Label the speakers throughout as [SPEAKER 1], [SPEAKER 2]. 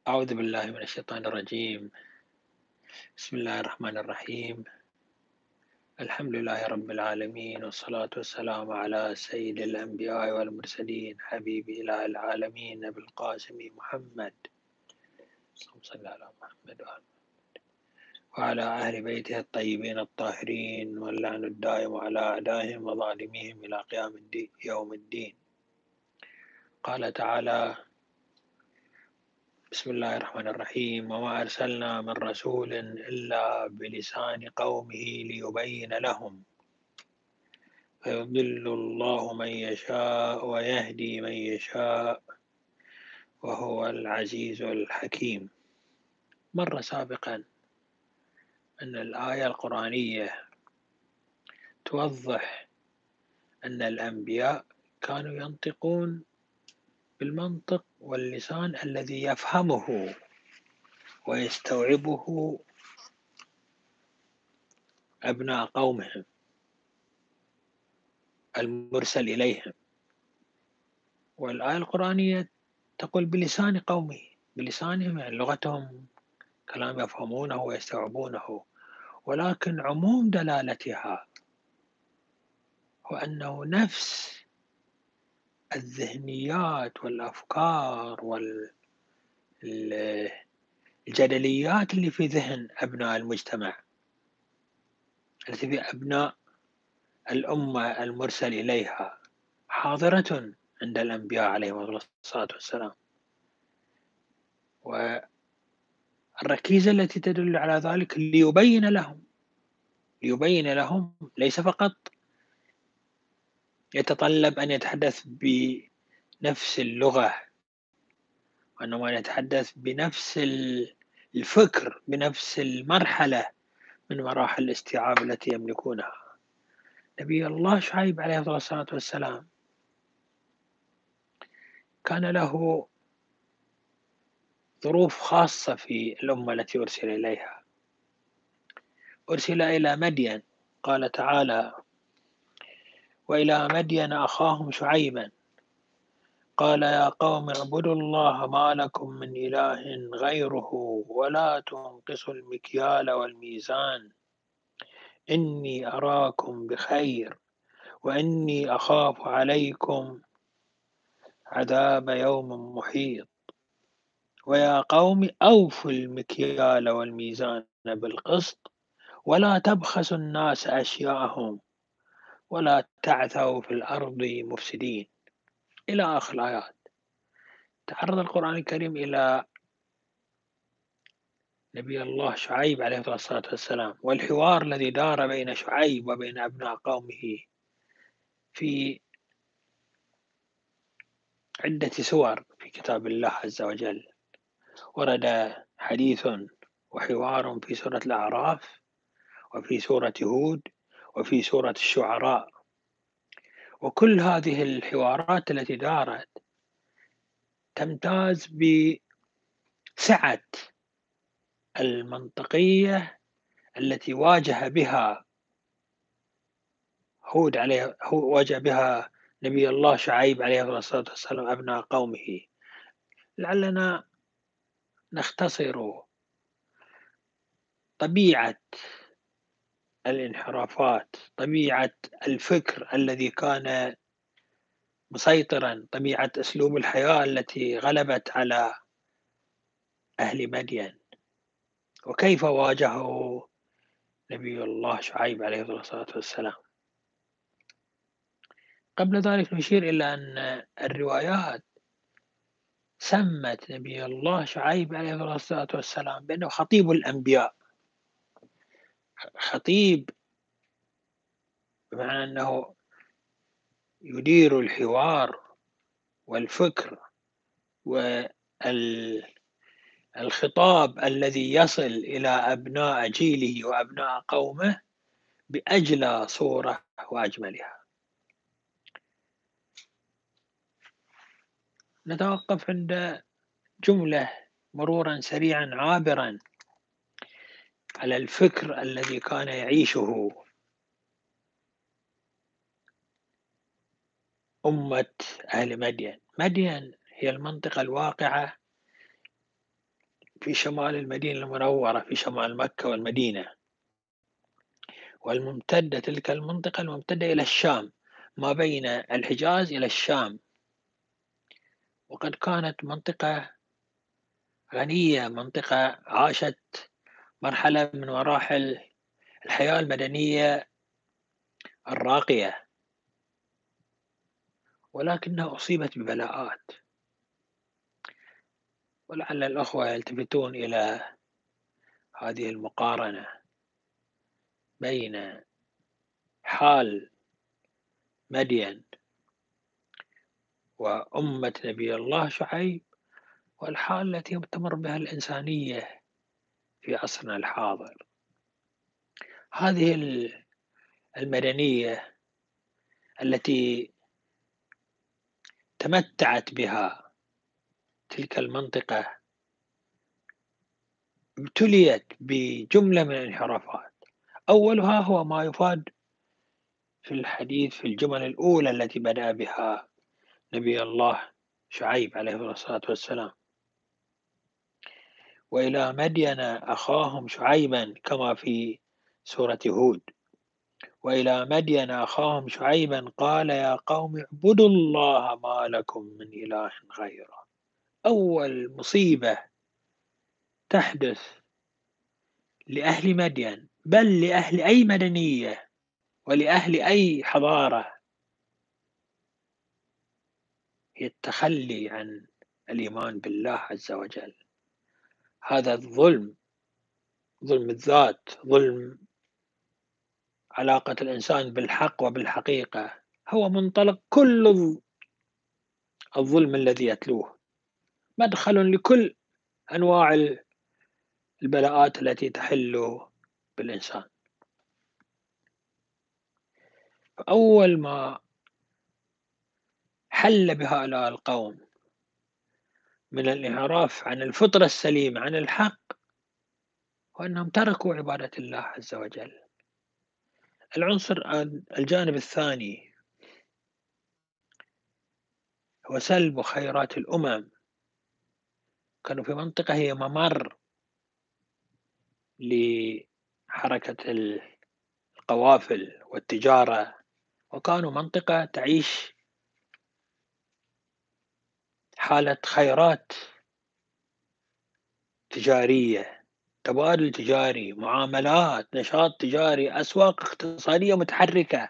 [SPEAKER 1] أعوذ بالله من الشيطان الرجيم. بسم الله الرحمن الرحيم. الحمد لله رب العالمين، والصلاة والسلام على سيد الأنبياء والمرسلين، حبيب إله العالمين أبي القاسم محمد. اللهم صل على محمد وعلى أهل بيته الطيبين الطاهرين، واللعن الدائم على أعدائهم وظالميهم إلى قيام الدين يوم الدين. قال تعالى: بسم الله الرحمن الرحيم: وما أرسلنا من رسول إلا بلسان قومه ليبين لهم فيضل الله من يشاء ويهدي من يشاء وهو العزيز الحكيم. مر سابقا أن الآية القرآنية توضح أن الأنبياء كانوا ينطقون بالمنطق واللسان الذي يفهمه ويستوعبه أبناء قومهم المرسل إليهم. والآية القرآنية تقول بلسان قومه، بلسانهم يعني لغتهم، كلام يفهمونه ويستوعبونه، ولكن عموم دلالتها هو أنه نفس الذهنيات والأفكار والجدليات اللي في ذهن أبناء المجتمع، التي في أبناء الأمة المرسل إليها، حاضرة عند الأنبياء عليهم الصلاة والسلام. والركيزة التي تدل على ذلك ليبين لهم ليس فقط يتطلب أن يتحدث بنفس اللغة، وإنما يتحدث بنفس الفكر، بنفس المرحلة من مراحل الاستيعاب التي يملكونها. نبي الله شعيب عليه الصلاة والسلام كان له ظروف خاصة في الأمة التي أرسل إليها. أرسل إلى مدين، قال تعالى: وإلى مدين أخاهم شعيبا قال يا قوم اعبدوا الله ما لكم من إله غيره ولا تنقصوا المكيال والميزان إني أراكم بخير وإني أخاف عليكم عذاب يوم محيط ويا قوم أوفوا المكيال والميزان بالقسط ولا تبخسوا الناس أشياءهم ولا تعثوا في الأرض مفسدين، إلى آخر الآيات. تعرض القرآن الكريم إلى نبي الله شعيب عليه الصلاة والسلام، والحوار الذي دار بين شعيب وبين أبناء قومه في عدة سور في كتاب الله عز وجل. ورد حديث وحوار في سورة الأعراف، وفي سورة هود، وفي سورة الشعراء. وكل هذه الحوارات التي دارت تمتاز بسعة المنطقية التي واجه بها نبي الله شعيب عليه الصلاة والسلام أبناء قومه. لعلنا نختصر طبيعة الانحرافات، طبيعة الفكر الذي كان مسيطرا، طبيعة أسلوب الحياة التي غلبت على أهل مدين، وكيف واجهه نبي الله شعيب عليه الصلاة والسلام. قبل ذلك نشير إلى أن الروايات سمت نبي الله شعيب عليه الصلاة والسلام بأنه خطيب الأنبياء. خطيب بمعنى أنه يدير الحوار والفكر والخطاب الذي يصل إلى أبناء جيله وأبناء قومه بأجلى صورة وأجملها. نتوقف عند جملة مرورا سريعا عابرا على الفكر الذي كان يعيشه أمة أهل مدين. مدين هي المنطقة الواقعة في شمال المدينة المنورة، في شمال مكة والمدينة، والممتدة تلك المنطقة الممتدة إلى الشام، ما بين الحجاز إلى الشام، وقد كانت منطقة غنية، منطقة عاشت مرحلة من مراحل الحياة المدنية الراقية، ولكنها أصيبت ببلاءات. ولعل الأخوة يلتفتون إلى هذه المقارنة بين حال مدين وأمة نبي الله شعيب والحال التي تمر بها الإنسانية في عصرنا الحاضر. هذه المدنية التي تمتعت بها تلك المنطقة ابتليت بجملة من الانحرافات، أولها هو ما يفاد في الحديث في الجمل الأولى التي بدأ بها نبي الله شعيب عليه الصلاة والسلام: وإلى مدين أخاهم شعيبا، كما في سورة هود: وإلى مدين أخاهم شعيبا قال يا قوم اعبدوا الله ما لكم من إله غيره. أول مصيبة تحدث لأهل مدين، بل لأهل أي مدنية ولأهل أي حضارة، هي التخلي عن الإيمان بالله عز وجل. هذا الظلم، ظلم الذات، ظلم علاقة الإنسان بالحق وبالحقيقة، هو منطلق كل الظلم الذي يتلوه، مدخل لكل أنواع البلاءات التي تحل بالإنسان. فأول ما حل بهؤلاء القوم من الانحراف عن الفطرة السليمة عن الحق وأنهم تركوا عبادة الله عز وجل. الجانب الثاني هو سلب خيرات الأمم. كانوا في منطقة هي ممر لحركة القوافل والتجارة، وكانوا منطقة تعيش حالة خيرات تجارية، تبادل تجاري، معاملات، نشاط تجاري، أسواق اقتصادية متحركة،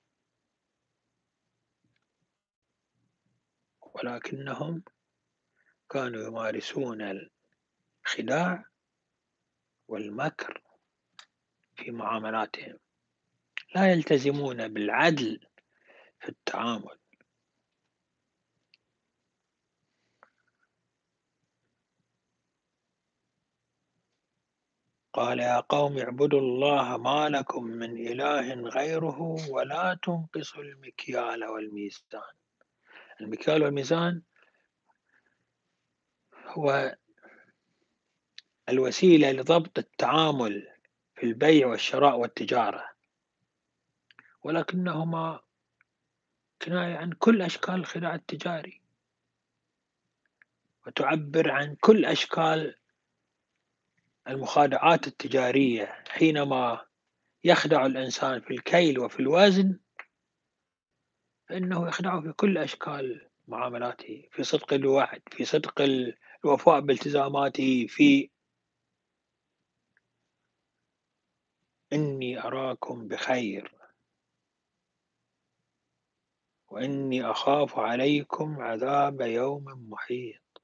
[SPEAKER 1] ولكنهم كانوا يمارسون الخداع والمكر في معاملاتهم، لا يلتزمون بالعدل في التعامل. قال يا قوم اعبدوا الله ما لكم من إله غيره ولا تنقصوا المكيال والميزان. المكيال والميزان هو الوسيلة لضبط التعامل في البيع والشراء والتجارة، ولكنهما كناية عن كل أشكال الخداع التجاري، وتعبر عن كل أشكال المخادعات التجارية. حينما يخدع الإنسان في الكيل وفي الوزن، فإنه يخدعه في كل أشكال معاملاته، في صدق الوعد، في صدق الوفاء بالتزاماته، في إني أراكم بخير وإني أخاف عليكم عذاب يوم محيط.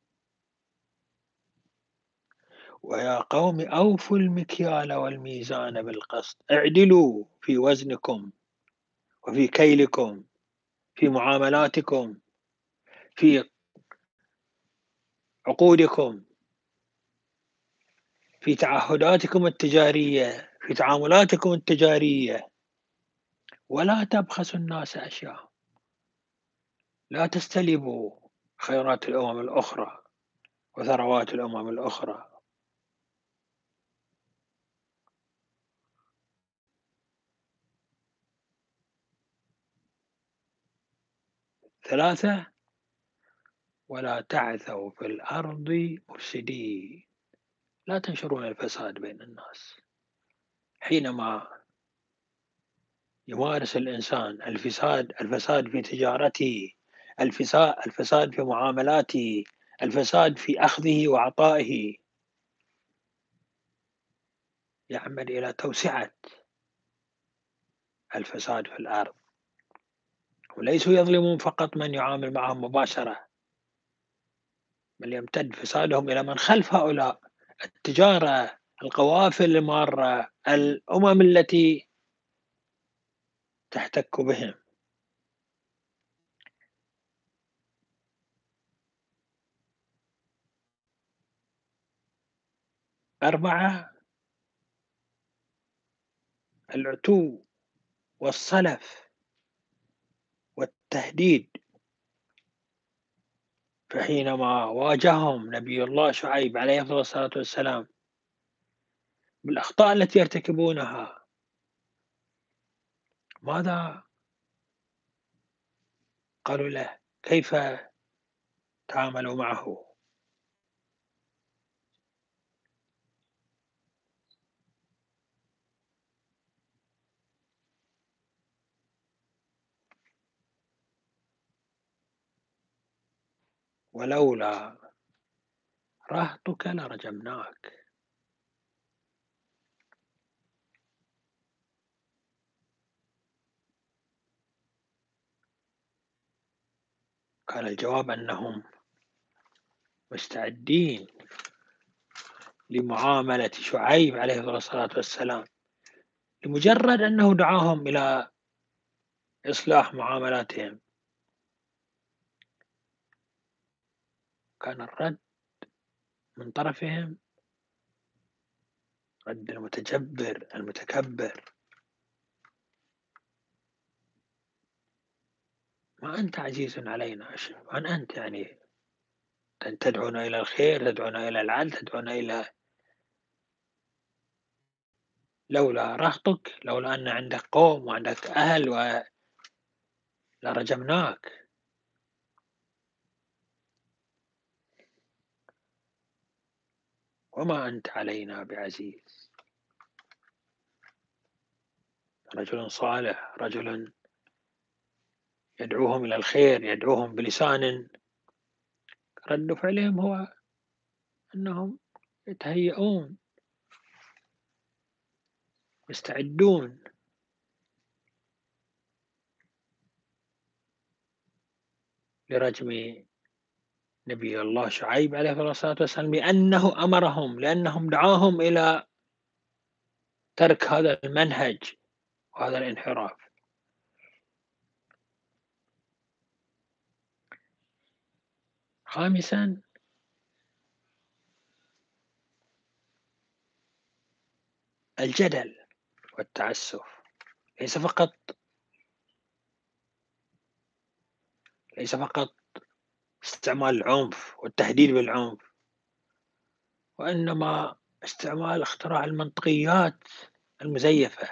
[SPEAKER 1] ويا قوم أوفوا المكيال والميزان بالقسط، اعدلوا في وزنكم وفي كيلكم، في معاملاتكم، في عقودكم، في تعهداتكم التجارية، في تعاملاتكم التجارية، ولا تبخسوا الناس أشياء، لا تستلبوا خيرات الأمم الأخرى وثروات الأمم الأخرى. 3: ولا تعثوا في الأرض مفسدين. لا تنشرون الفساد بين الناس. حينما يمارس الإنسان الفساد في تجارته، الفساد في معاملاته، الفساد في أخذه وعطائه، يعمل إلى توسعة الفساد في الأرض. وليسوا يظلمون فقط من يعامل معهم مباشرة، بل يمتد فسادهم إلى من خلف هؤلاء، التجارة، القوافل المارة، الأمم التي تحتك بهم. 4 العتو والصلف والتهديد. فحينما واجههم نبي الله شعيب عليه أفضل الصلاة والسلام بالأخطاء التي يرتكبونها، ماذا قالوا له؟ كيف تعاملوا معه؟ ولولا رهطك لرجمناك. كان الجواب أنهم مستعدين لمعاملة شعيب عليه الصلاة والسلام، لمجرد أنه دعاهم إلى إصلاح معاملاتهم. كان الرد من طرفهم رد المتجبر المتكبر. ما أنت عزيز علينا، من أنت يعني تدعونا إلى الخير، تدعونا إلى العدل، تدعونا إلى، لولا رهطك، لولا أن عندك قوم وعندك أهل لرجمناك. وما أنت علينا بعزيز. رجل صالح، رجل يدعوهم إلى الخير، يدعوهم بلسان، رد فعلهم هو أنهم يتهيئون، يستعدون لرجم نبي الله شعيب عليه الصلاة والسلام، لأنه أمرهم، لأنهم دعاهم إلى ترك هذا المنهج وهذا الانحراف. 5 الجدل والتعسف. ليس فقط استعمال العنف والتهديد بالعنف، وإنما اختراع المنطقيات المزيفة.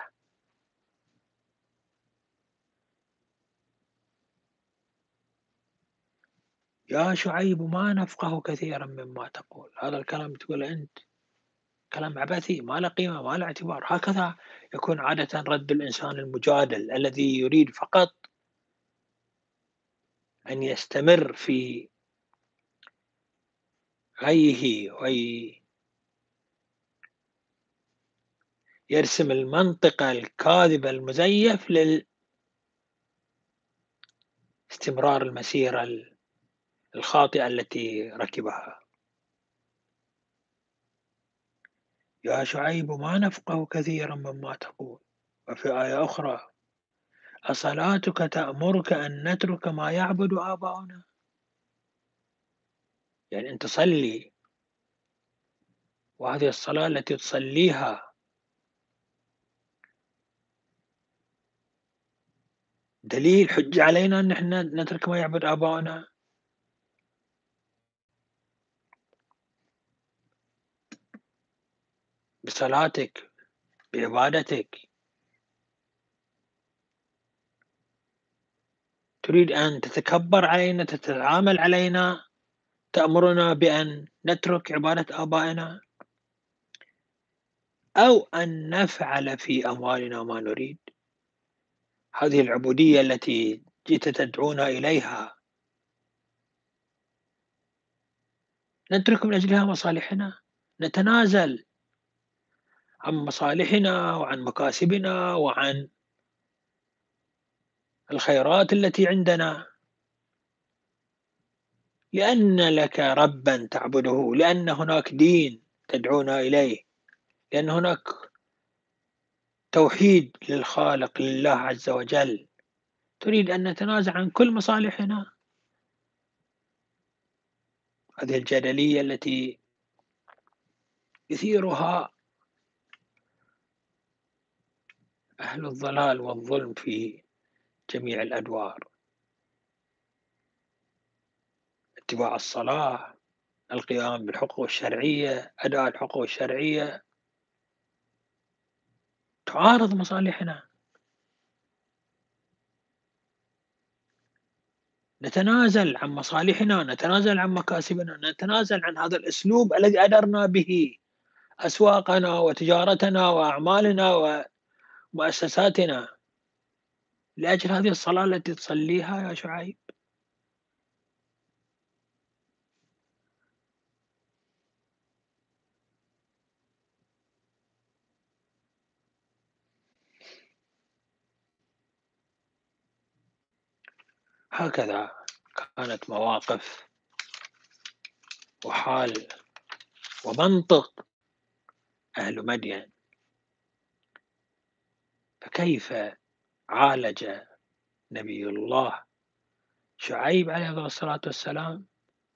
[SPEAKER 1] يا شعيب ما نفقه كثيرا مما تقول. هذا الكلام تقول أنت كلام عبثي ما له قيمة ما له اعتبار. هكذا يكون عادة رد الإنسان المجادل الذي يريد فقط أن يستمر في غيه ويرسم المنطق الكاذب المزيف لاستمرار المسيرة الخاطئة التي ركبها. يا شعيب ما نفقه كثيرا مما تقول. وفي آية أخرى أصلاتك تأمرك أن نترك ما يعبد آباؤنا. يعني أنت تصلي، وهذه الصلاة التي تصليها دليل حجة علينا أن احنا نترك ما يعبد آباؤنا. بصلاتك، بعبادتك، تريد أن تتكبر علينا، تتعامل علينا، تأمرنا بأن نترك عبادة آبائنا. أو أن نفعل في أموالنا ما نريد. هذه العبودية التي جئت تدعونا إليها نترك من أجلها مصالحنا، نتنازل عن مصالحنا وعن مكاسبنا وعن الخيرات التي عندنا، لأن لك ربًا تعبده، لأن هناك دين تدعونا إليه، لأن هناك توحيد للخالق لله عز وجل. تريد أن نتنازل عن كل مصالحنا؟ هذه الجدلية التي يثيرها أهل الضلال والظلم في جميع الأدوار، اتباع الصلاة، القيام بالحقوق الشرعية، أداء الحقوق الشرعية تعارض مصالحنا. نتنازل عن مصالحنا، نتنازل عن مكاسبنا، نتنازل عن هذا الأسلوب الذي أدرنا به أسواقنا وتجارتنا وأعمالنا ومؤسساتنا لأجل هذه الصلاة التي تصليها يا شعيب. هكذا كانت مواقف وحال ومنطق أهل مدين. فكيف عالج نبي الله شعيب عليه الصلاة والسلام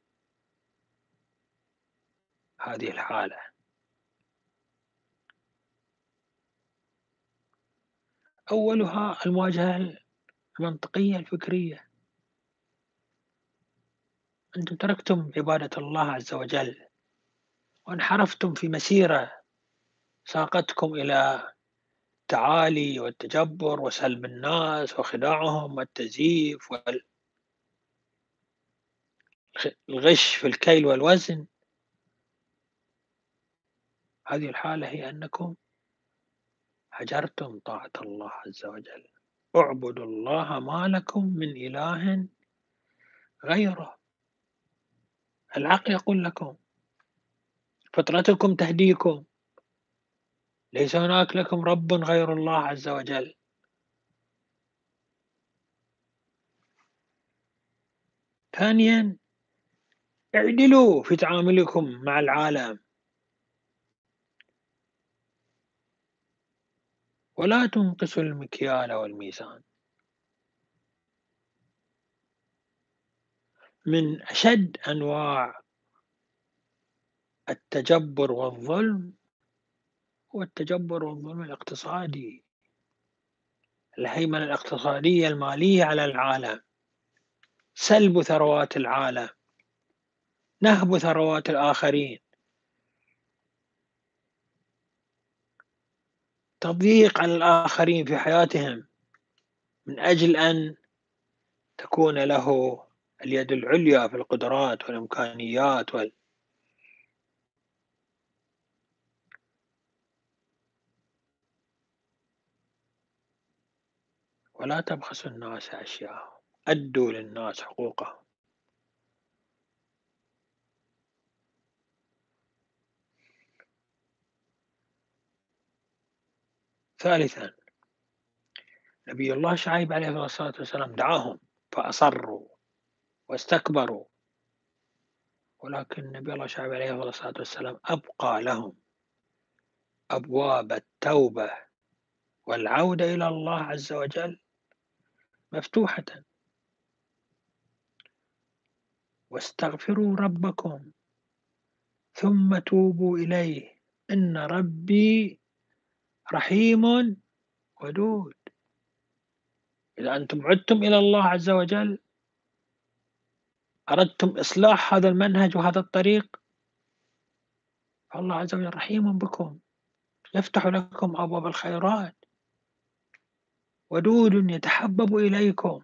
[SPEAKER 1] هذه الحالة؟ أولها المواجهة المنطقية الفكرية. أنتم تركتم عبادة الله عز وجل وانحرفتم في مسيرة ساقتكم إلى التعالي والتجبر وسلب الناس وخداعهم والتزييف والغش في الكيل والوزن. هذه الحالة هي أنكم هجرتم طاعة الله عز وجل. اعبدوا الله ما لكم من إله غيره. العقل يقول لكم، فطرتكم تهديكم، ليس هناك لكم رب غير الله عز وجل. ثانيا، اعدلوا في تعاملكم مع العالم، ولا تنقصوا المكيال والميزان. من أشد أنواع التجبر والظلم هو التجبر والظلم الاقتصادي، الهيمنة الاقتصادية المالية على العالم، سلب ثروات العالم، نهب ثروات الآخرين، تضييق على الآخرين في حياتهم من أجل أن تكون له اليد العليا في القدرات والإمكانيات ولا تبخسوا الناس أشياءهم، أدوا للناس حقوقهم. ثالثا، نبي الله شعيب عليه الصلاة والسلام دعاهم فأصروا واستكبروا، ولكن نبي الله شعيب عليه الصلاة والسلام أبقى لهم أبواب التوبة والعودة إلى الله عز وجل مفتوحة. واستغفروا ربكم ثم توبوا إليه إن ربي رحيم ودود. إذا أنتم عدتم إلى الله عز وجل، أردتم إصلاح هذا المنهج وهذا الطريق، فالله عز وجل رحيم بكم، يفتح لكم أبواب الخيرات، ودود يتحبب إليكم.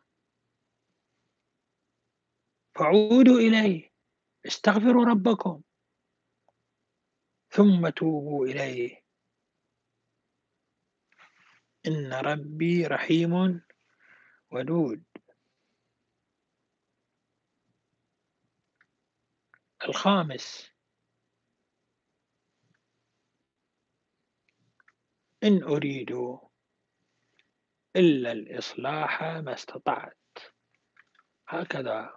[SPEAKER 1] فعودوا إليه، استغفروا ربكم ثم توبوا إليه إن ربي رحيم ودود. الخامس: إن أريد إلا الإصلاح ما استطعت. هكذا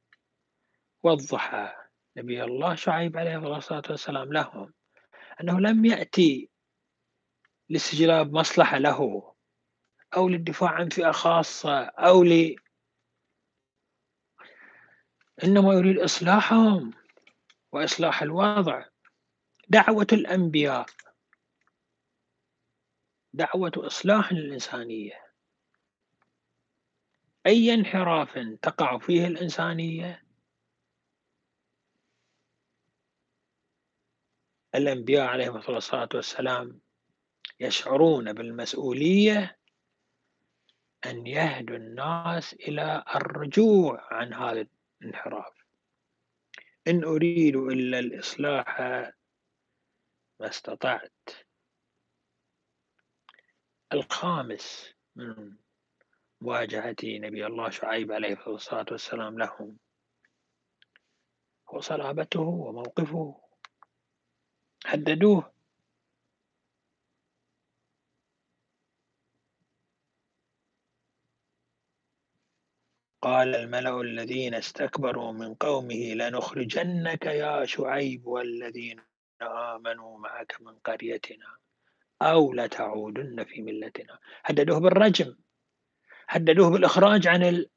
[SPEAKER 1] وضح نبي الله شعيب عليه الصلاة والسلام لهم أنه لم يأتي لاستجلاب مصلحة له أو للدفاع عن فئة خاصة إنما يريد إصلاحهم وإصلاح الوضع. دعوة الأنبياء دعوة إصلاح للإنسانية. أي انحراف تقع فيه الإنسانية الأنبياء عليهم الصلاة والسلام يشعرون بالمسؤولية أن يهدوا الناس إلى الرجوع عن هذا الانحراف. إن أريد إلا الإصلاح ما استطعت. الخامس من مواجهة نبي الله شعيب عليه الصلاة والسلام لهم هو صلابته وموقفه. هددوه. قال الملأ الذين استكبروا من قومه لنخرجنك يا شعيب والذين آمنوا معك من قريتنا أو لتعودن في ملتنا. هددوه بالرجم، هددوه بالإخراج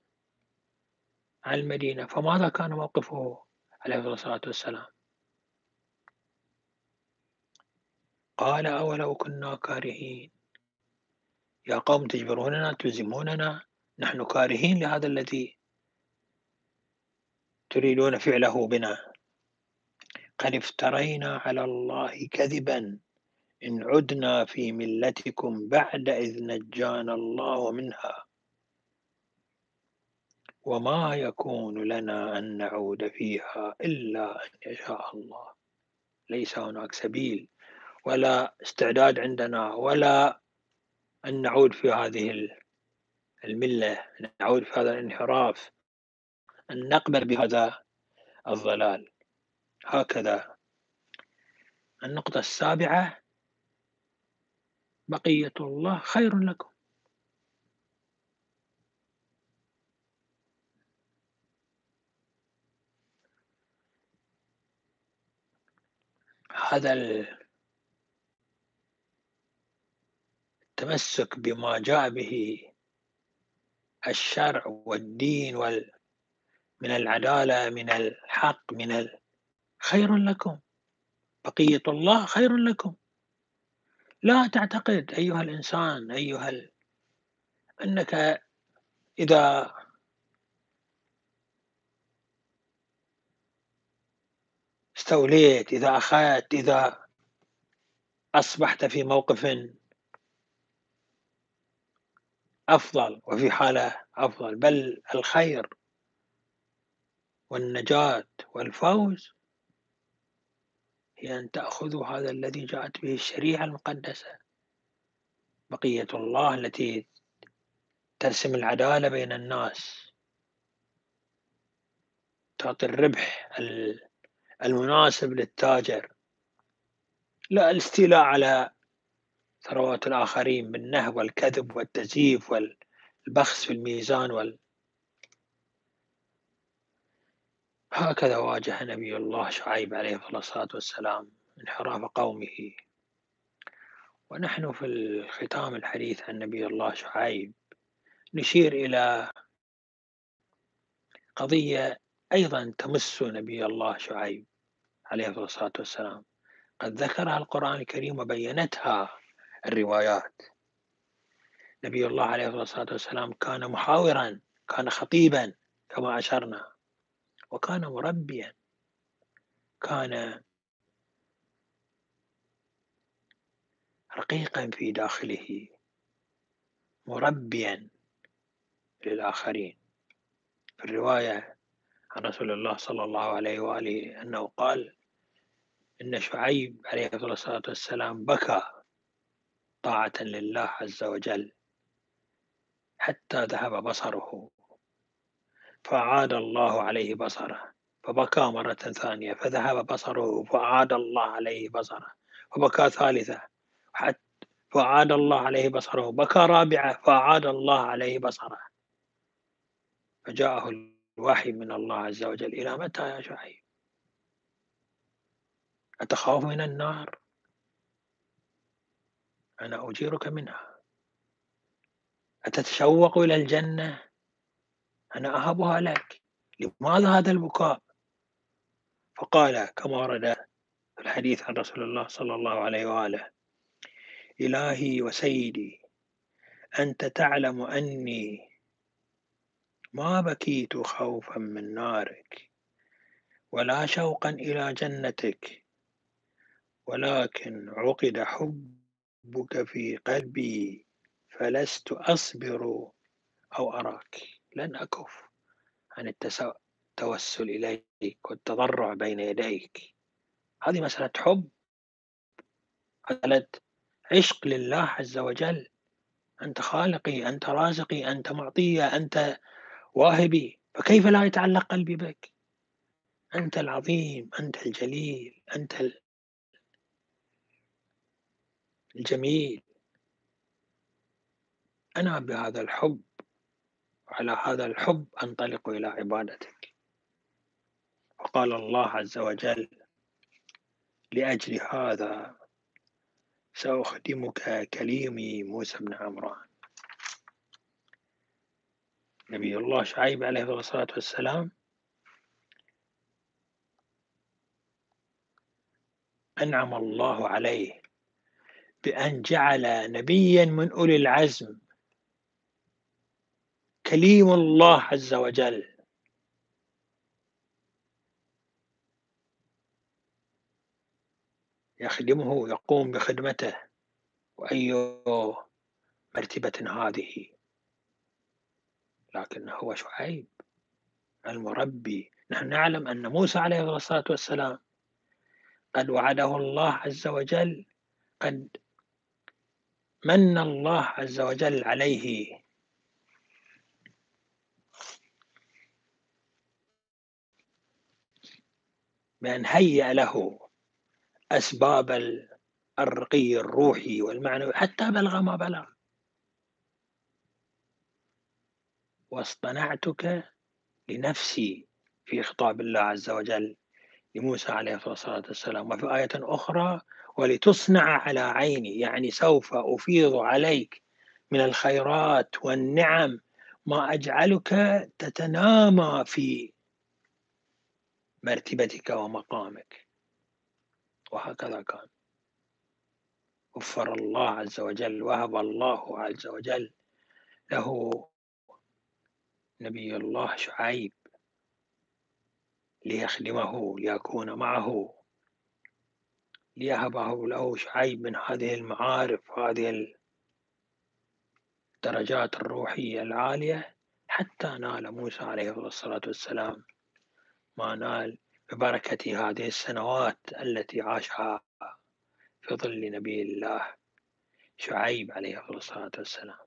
[SPEAKER 1] عن المدينة. فماذا كان موقفه عليه الصلاة والسلام؟ قال أولو كنا كارهين. يا قوم تجبروننا تلزموننا، نحن كارهين لهذا الذي تريدون فعله بنا. قد افترينا على الله كذبا إن عدنا في ملتكم بعد إذ نجانا الله منها وما يكون لنا أن نعود فيها إلا أن يشاء الله. ليس هناك سبيل ولا استعداد عندنا ولا أن نعود في هذه الملة، نعود في هذا الانحراف، أن نقبل بهذا الضلال. هكذا. النقطة السابعة: بقية الله خير لكم. هذا التمسك بما جاء به الشرع والدين من العدالة، من الحق، خير لكم. بقية الله خير لكم. لا تعتقد أيها الإنسان أنك إذا استوليت، إذا أخذت، إذا أصبحت في موقف أفضل وفي حالة أفضل، بل الخير والنجاة والفوز هي أن تأخذوا هذا الذي جاءت به الشريعة المقدسة، بقية الله التي ترسم العدالة بين الناس، تعطي الربح المناسب للتاجر، لا الاستيلاء على ثروات الآخرين بالنهب والكذب والتزييف والبخس في الميزان هكذا واجه نبي الله شعيب عليه الصلاة والسلام انحراف قومه. ونحن في الختام الحديث عن نبي الله شعيب نشير إلى قضية أيضا تمس نبي الله شعيب عليه الصلاة والسلام، قد ذكرها القرآن الكريم وبينتها الروايات. نبي الله عليه الصلاة والسلام كان محاورا، كان خطيبا كما أشرنا، وكان مربيا، كان رقيقا في داخله، مربيا للآخرين. في الرواية عن رسول الله صلى الله عليه وآله أنه قال إن شعيب عليه الصلاة والسلام بكى طاعة لله عز وجل حتى ذهب بصره، فأعاد الله عليه بصره، فبكى مرة ثانية فذهب بصره، فأعاد الله عليه بصره، فبكى ثالثة فأعاد الله عليه بصره، بكى رابعة فأعاد الله عليه بصره، فجاءه الوحي من الله عز وجل: إلى متى يا شعيب؟ أتخاف من النار؟ أنا أجيرك منها. أتتشوق إلى الجنة؟ أنا أهبها لك. لماذا هذا البكاء؟ فقال كما ورد في الحديث عن رسول الله صلى الله عليه وآله: إلهي وسيدي، أنت تعلم أني ما بكيت خوفا من نارك ولا شوقا إلى جنتك، ولكن عقد حبك في قلبي فلست أصبر أو أراك. لن أكف عن التوسل إليك والتضرع بين يديك. هذه مسألة حب، مسألة عشق لله عز وجل. أنت خالقي، أنت رازقي، أنت معطي، أنت واهبي، فكيف لا يتعلق قلبي بك؟ أنت العظيم، أنت الجليل، أنت الجميل. أنا بهذا الحب وعلى هذا الحب أنطلق إلى عبادتك. وقال الله عز وجل: لأجل هذا سأخدمك كليمي موسى بن عمران. نبي الله شعيب عليه الصلاة والسلام أنعم الله عليه بأن جعل نبيا من أولي العزم كليم الله عز وجل، يخدمه، يقوم بخدمته. وأي مرتبة هذه! لكن هو شعيب المربي. نحن نعلم أن موسى عليه الصلاة والسلام قد وعده الله عز وجل، قد من الله عز وجل عليه بأن هيأ له أسباب الرقي الروحي والمعنوي حتى بلغ ما بلغ. واصطنعتك لنفسي في خطاب الله عز وجل لموسى عليه الصلاة والسلام. وفي آية أخرى: ولتصنع على عيني، يعني سوف أفيض عليك من الخيرات والنعم ما أجعلك تتنامى في مرتبتك ومقامك. وهكذا كان. وفر الله عز وجل، وهب الله عز وجل له نبي الله شعيب ليخدمه، ليكون معه، ليهبه له شعيب من هذه المعارف وهذه الدرجات الروحية العالية، حتى نال موسى عليه الصلاة والسلام ما نال ببركة هذه السنوات التي عاشها في ظل نبي الله شعيب عليه الصلاة والسلام.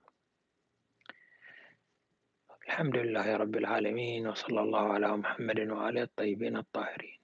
[SPEAKER 1] الحمد لله رب العالمين، وصلى الله على محمد وآله الطيبين الطاهرين.